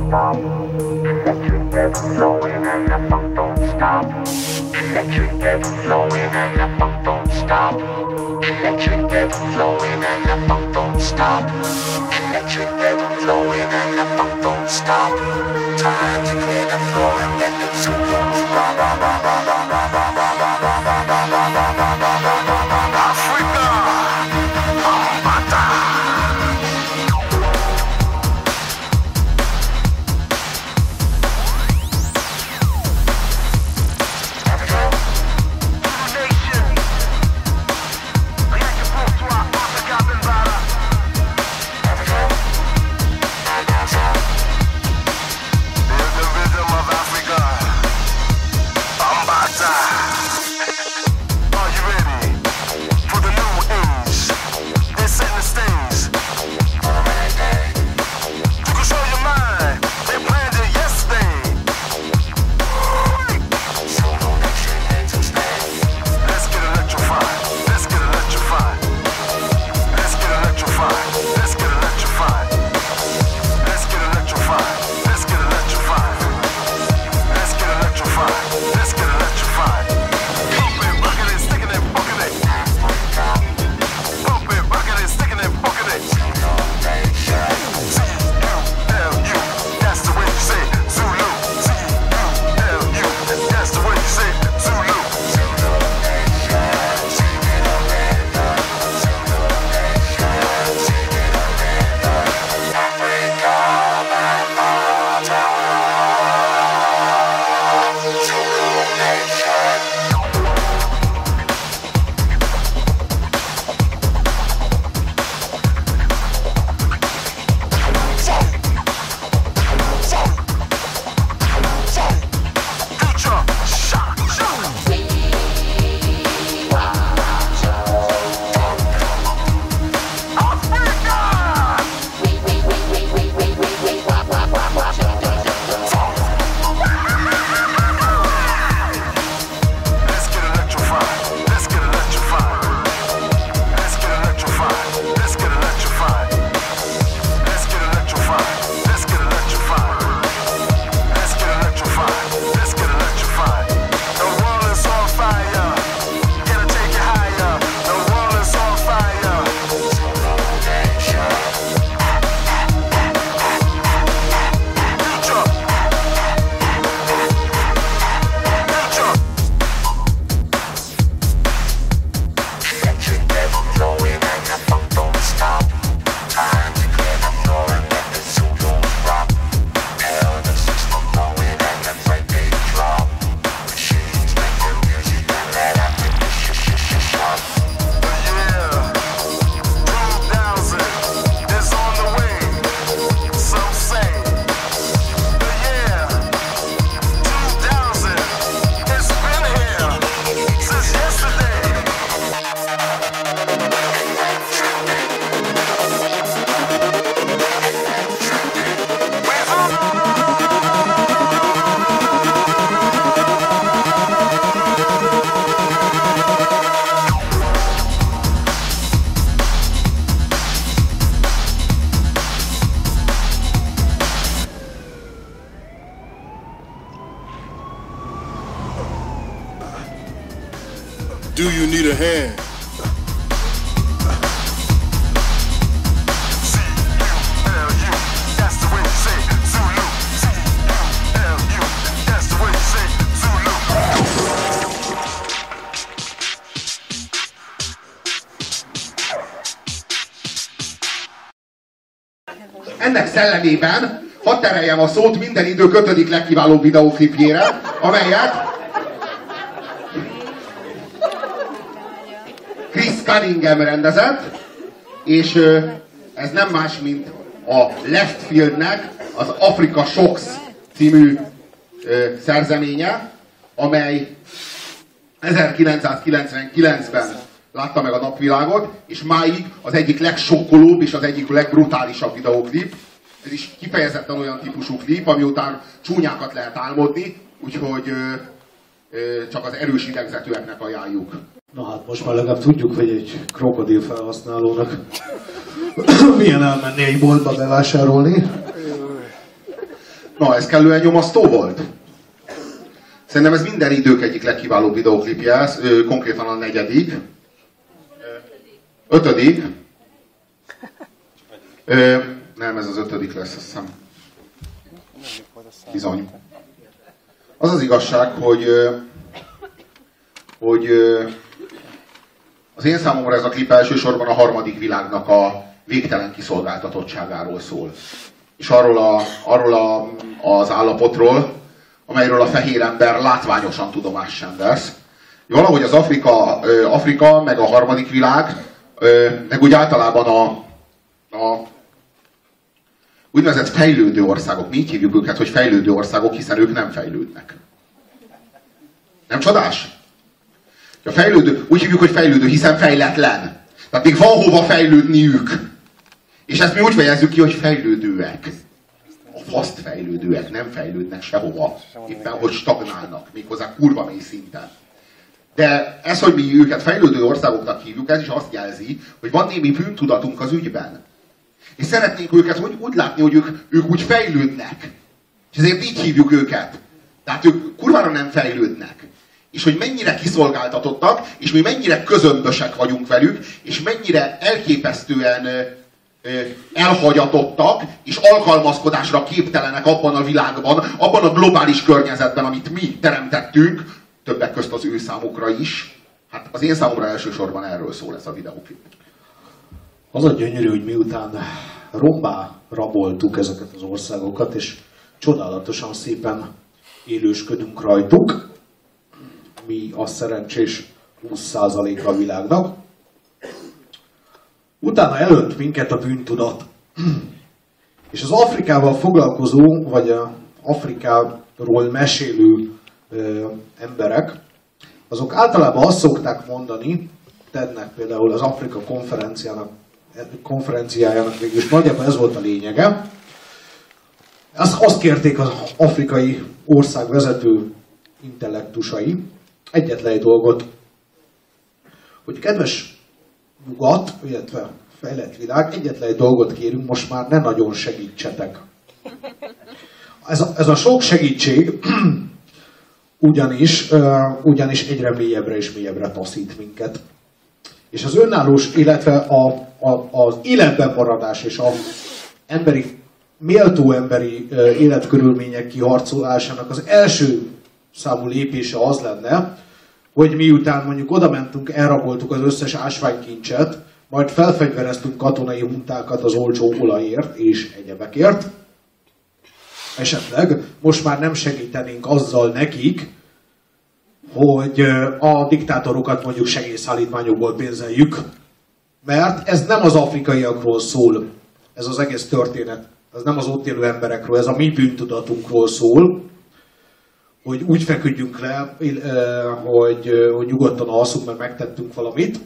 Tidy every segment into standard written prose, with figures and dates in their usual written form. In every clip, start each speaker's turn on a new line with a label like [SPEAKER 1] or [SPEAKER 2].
[SPEAKER 1] stop. Electric wave flowing and the funk don't stop. Electric wave flowing and the funk don't stop. Electric wave flowing and the funk don't stop. Electric wave flowing and the funk don't stop. Time to clear the floor and let the tunes rock.
[SPEAKER 2] Do you need a hand?
[SPEAKER 3] Ennek szellemében hadd tereljem a szót minden idő 5. legkiválóbb videóklipjére, amelyet Chris Cunningham rendezett, és ez nem más, mint a Left Fieldnek az Africa Shocks című szerzeménye, amely 1999-ben látta meg a napvilágot, és máig az egyik legsokkolóbb és az egyik legbrutálisabb videóklip. Ez is kifejezetten olyan típusú klip, ami után csúnyákat lehet álmodni, úgyhogy csak az erős idegzetűeknek ajánljuk.
[SPEAKER 4] Na hát most már legalább tudjuk, hogy egy krokodil felhasználónak milyen elmenni egy boltba bevásárolni.
[SPEAKER 3] Na, ez kellően nyomasztó volt? Szerintem ez minden idők egyik legkiválóbb videóklipje, konkrétan a 4. 5. Nem, ez az 5. lesz, azt hiszem. Bizony. Az az igazság, hogy az én számomra ez a klip elsősorban a harmadik világnak a végtelen kiszolgáltatottságáról szól. És arról az állapotról, amelyről a fehér ember látványosan tudomást sem vesz. Valahogy az Afrika meg a harmadik világ, meg úgy általában a úgynevezett fejlődő országok, mi így hívjuk őket, hogy fejlődő országok, hiszen ők nem fejlődnek. Nem csodás? A fejlődő, úgy hívjuk, hogy fejlődő, hiszen fejletlen. Tehát még van hova fejlődniük. És ezt mi úgy fejezzük ki, hogy fejlődőek. A faszt fejlődőek nem fejlődnek sehova. Éppen, hogy stagnálnak, méghozzá kurva mély szinten. De ez, hogy mi őket fejlődő országoknak hívjuk, ez is azt jelzi, hogy van némi bűntudatunk az ügyben. És szeretnénk őket úgy látni, hogy ők úgy fejlődnek. És ezért így hívjuk őket. Tehát ők kurvára nem fejlődnek. És hogy mennyire kiszolgáltatottak, és mi mennyire közömbösek vagyunk velük, és mennyire elképesztően elhagyatottak, és alkalmazkodásra képtelenek abban a világban, abban a globális környezetben, amit mi teremtettünk, többek közt az ő számukra is. Hát az én számomra elsősorban erről szól ez a videóklip.
[SPEAKER 4] Az a gyönyörű, hogy miután rombá raboltuk ezeket az országokat, és csodálatosan szépen élősködünk rajtuk, mi a szerencsés 20%-a a világnak, utána elönt minket a bűntudat. És az Afrikával foglalkozó, vagy Afrikáról mesélő emberek, azok általában azt szokták mondani, Tednek például az Afrika konferenciájának végül nagyjából ez volt a lényege. Azt kérték az afrikai ország vezető intellektusai, egyetlen egy dolgot, hogy kedves nyugat, illetve fejlett világ, egyetlen egy dolgot kérünk, most már ne nagyon segítsetek. Ez a sok segítség ugyanis egyre mélyebbre és mélyebbre taszít minket. És az önállós, illetve az életben maradás és a méltó emberi életkörülmények kiharcolásának az első számú lépése az lenne, hogy miután mondjuk oda mentünk, elraboltuk az összes ásványkincset, majd felfegyvereztünk katonai huntákat az olcsó olajért és egyebekért, esetleg most már nem segítenénk azzal nekik, hogy a diktátorokat mondjuk segélyszállítmányokból pénzeljük, mert ez nem az afrikaiakról szól, ez az egész történet, ez nem az ott élő emberekről, ez a mi bűntudatunkról szól, hogy úgy feküdjünk le, hogy nyugodtan alszunk, mert megtettünk valamit.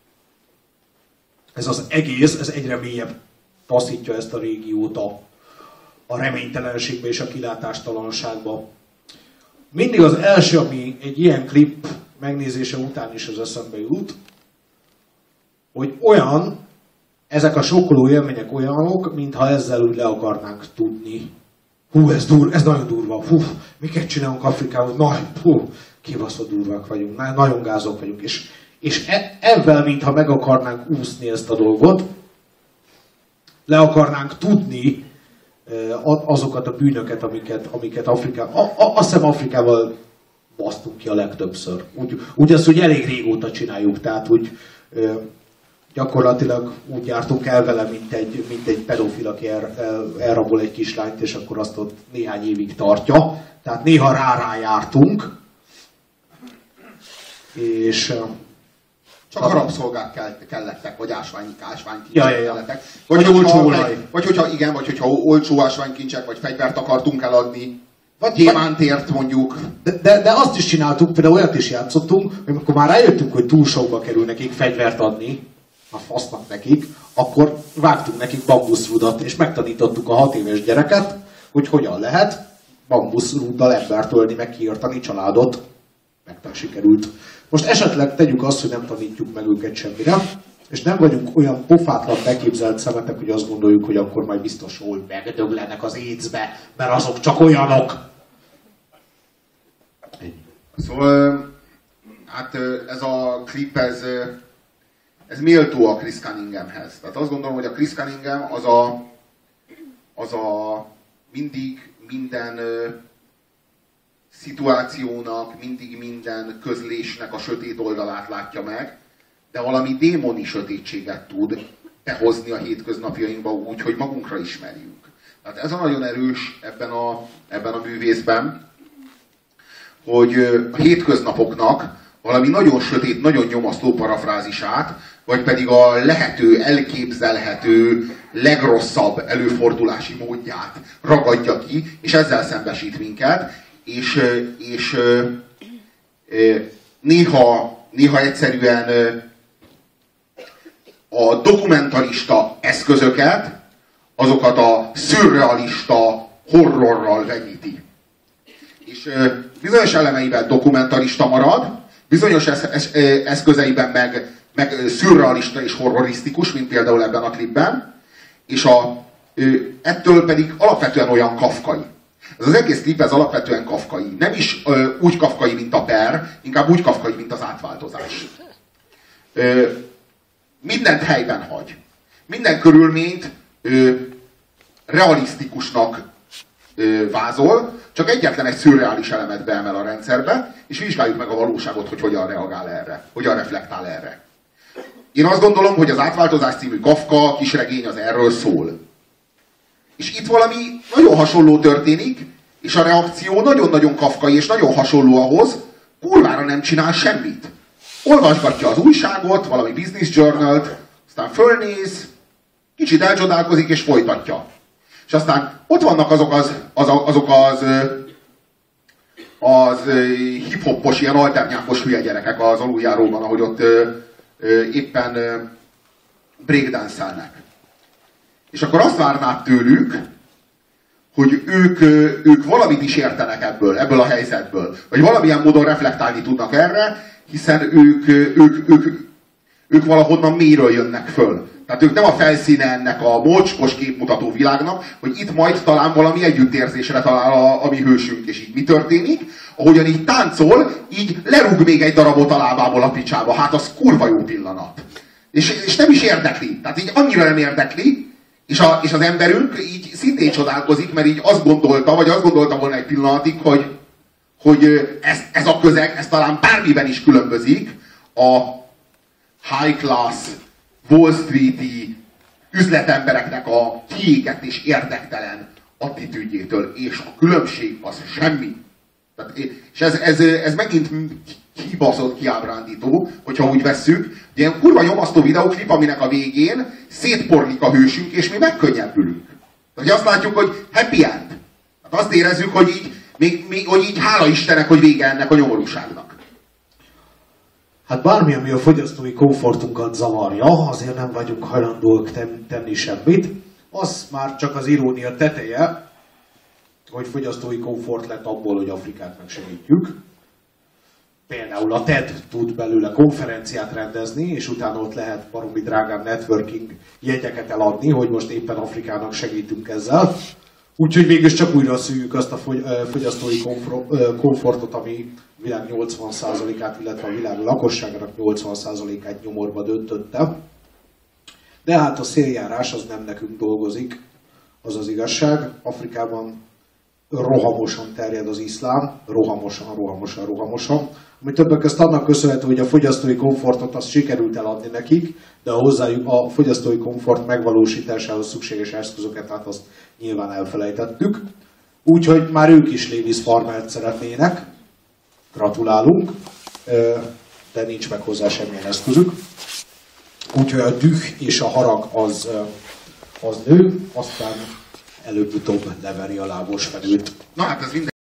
[SPEAKER 4] Ez az egész, ez egyre mélyebb taszítja ezt a régiót a reménytelenségbe és a kilátástalanságba. Mindig az első, ami egy ilyen klip megnézése után is az eszembe jut, hogy ezek a sokkoló élmények olyanok, mintha ezzel úgy le akarnánk tudni. Hú, ez nagyon durva, hú, miket csinálunk Afrikában, kibaszott durvák vagyunk, nagyon gázok vagyunk. És ebben, mintha meg akarnánk úszni ezt a dolgot, le akarnánk tudni azokat a bűnöket, amiket Afrikában, azt hiszem Afrikával basztunk ki a legtöbbször. Úgy azt, hogy elég régóta csináljuk, tehát úgy gyakorlatilag úgy jártunk el vele, mint egy pedofil, aki elrabol egy kislányt, és akkor azt ott néhány évig tartja. Tehát néha rá jártunk. És
[SPEAKER 3] csak a rabszolgák kellettek, vagy ásványkincsek kellettek.
[SPEAKER 4] Vagy olcsó olaj.
[SPEAKER 3] Vagy hogyha olcsó ásványkincsek, vagy fegyvert akartunk eladni. Vagy gyémántért mondjuk.
[SPEAKER 4] De azt is csináltuk, például olyat is játszottunk, hogy amikor már rájöttünk, hogy túl sokba kerül nekik fegyvert adni, a fasznak nekik, akkor vágtunk nekik bambuszrudat, és megtanítottuk a 6 éves gyereket, hogy hogyan lehet bambuszruddal embert ölni, meg kiirtani családot. Meg sikerült. Most esetleg tegyük azt, hogy nem tanítjuk meg őket semmire, És nem vagyunk olyan pofátlan beképzelt szemetek, hogy azt gondoljuk, hogy akkor majd biztos jól megdöglenek az AIDS-be, mert azok csak olyanok.
[SPEAKER 3] Szóval, hát ez a klip, ez méltó a Chris Cunninghamhez. Tehát azt gondolom, hogy a Chris Cunningham az a mindig minden szituációnak, mindig minden közlésnek a sötét oldalát látja meg, de valami démoni sötétséget tud behozni a hétköznapjainkba úgy, hogy magunkra ismerjünk. Tehát ez a nagyon erős ebben a művészben, hogy a hétköznapoknak valami nagyon sötét, nagyon nyomasztó parafrázisát, vagy pedig a lehető, elképzelhető, legrosszabb előfordulási módját ragadja ki, és ezzel szembesít minket, és néha egyszerűen a dokumentarista eszközöket, azokat a szürrealista horrorral vegyíti. És bizonyos elemeiben dokumentarista marad, bizonyos eszközeiben meg szürrealista és horrorisztikus, mint például ebben a klipben, és ettől pedig alapvetően olyan kafkai. Ez az egész klip, ez alapvetően kafkai. Nem is úgy kafkai, mint a Per, inkább úgy kafkai, mint az átváltozás. Mindent helyben hagy. Minden körülményt realisztikusnak vázol, csak egyetlen egy szürreális elemet beemel a rendszerbe, és vizsgáljuk meg a valóságot, hogy hogyan reagál erre, hogyan reflektál erre. Én azt gondolom, hogy az Átváltozás című Kafka kisregény az erről szól. És itt valami nagyon hasonló történik, és a reakció nagyon-nagyon kafkai, és nagyon hasonló ahhoz, kurvára nem csinál semmit. Olvasgatja az újságot, valami business journalt, aztán fölnéz, kicsit elcsodálkozik, és folytatja. És aztán ott vannak azok az hip-hopos, ilyen alternyákos hülye gyerekek az aluljáróban, ahogy ott éppen breakdance-elnek. És akkor azt várnád tőlük, hogy ők valamit is értenek ebből a helyzetből. Vagy valamilyen módon reflektálni tudnak erre, hiszen ők valahonnan mélyről jönnek föl. Tehát ők nem a felszíne ennek a mocskos képmutató világnak, hogy itt majd talán valami együttérzésre talál a mi hősünk, és így mi történik? Ahogyan így táncol, így lerúg még egy darabot a lábából a picsába. Hát az kurva jó pillanat. És nem is érdekli. Tehát így annyira nem érdekli, és az emberünk így szintén csodálkozik, mert így azt gondolta volna egy pillanatig, hogy ez a közeg, ez talán bármiben is különbözik a high class, Wall Street-i üzletembereknek a kiégett és érdektelen attitűdjétől, és a különbség az semmi. És ez megint kibaszott kiábrándító, hogyha úgy vesszük, ilyen kurva nyomasztó videóklip, aminek a végén szétporlik a hősünk, és mi megkönnyebbülünk. Hogy azt látjuk, hogy happy end. Hát azt érezzük, hogy így hála Istennek, hogy vége ennek a nyomorúságnak.
[SPEAKER 4] Hát bármi, ami a fogyasztói komfortunkat zavarja, azért nem vagyunk hajlandóak tenni semmit. Az már csak az irónia teteje, hogy fogyasztói komfort lett abból, hogy Afrikát megsegítjük. Például a TED tud belőle konferenciát rendezni, és utána ott lehet baromi drágán networking jegyeket eladni, hogy most éppen Afrikának segítünk ezzel. Úgyhogy végül csak újra szűjjük azt a fogyasztói komfortot, ami a világ 80%-át, illetve a világ lakosságának 80%-át nyomorba döntötte. De hát a széljárás az nem nekünk dolgozik, az az igazság. Afrikában rohamosan terjed az iszlám, rohamosan. Ami többek között annak köszönhető, hogy a fogyasztói komfortot azt sikerült eladni nekik, de a fogyasztói komfort megvalósításához szükséges eszközöket, hát azt nyilván elfelejtettük. Úgyhogy már ők is Lewis farmert szeretnének. Gratulálunk, de nincs meg hozzá semmilyen eszközük. Úgyhogy a düh és a harag az nő, aztán előbb-utóbb leveri a lábos felült.
[SPEAKER 3] Na hát ez minden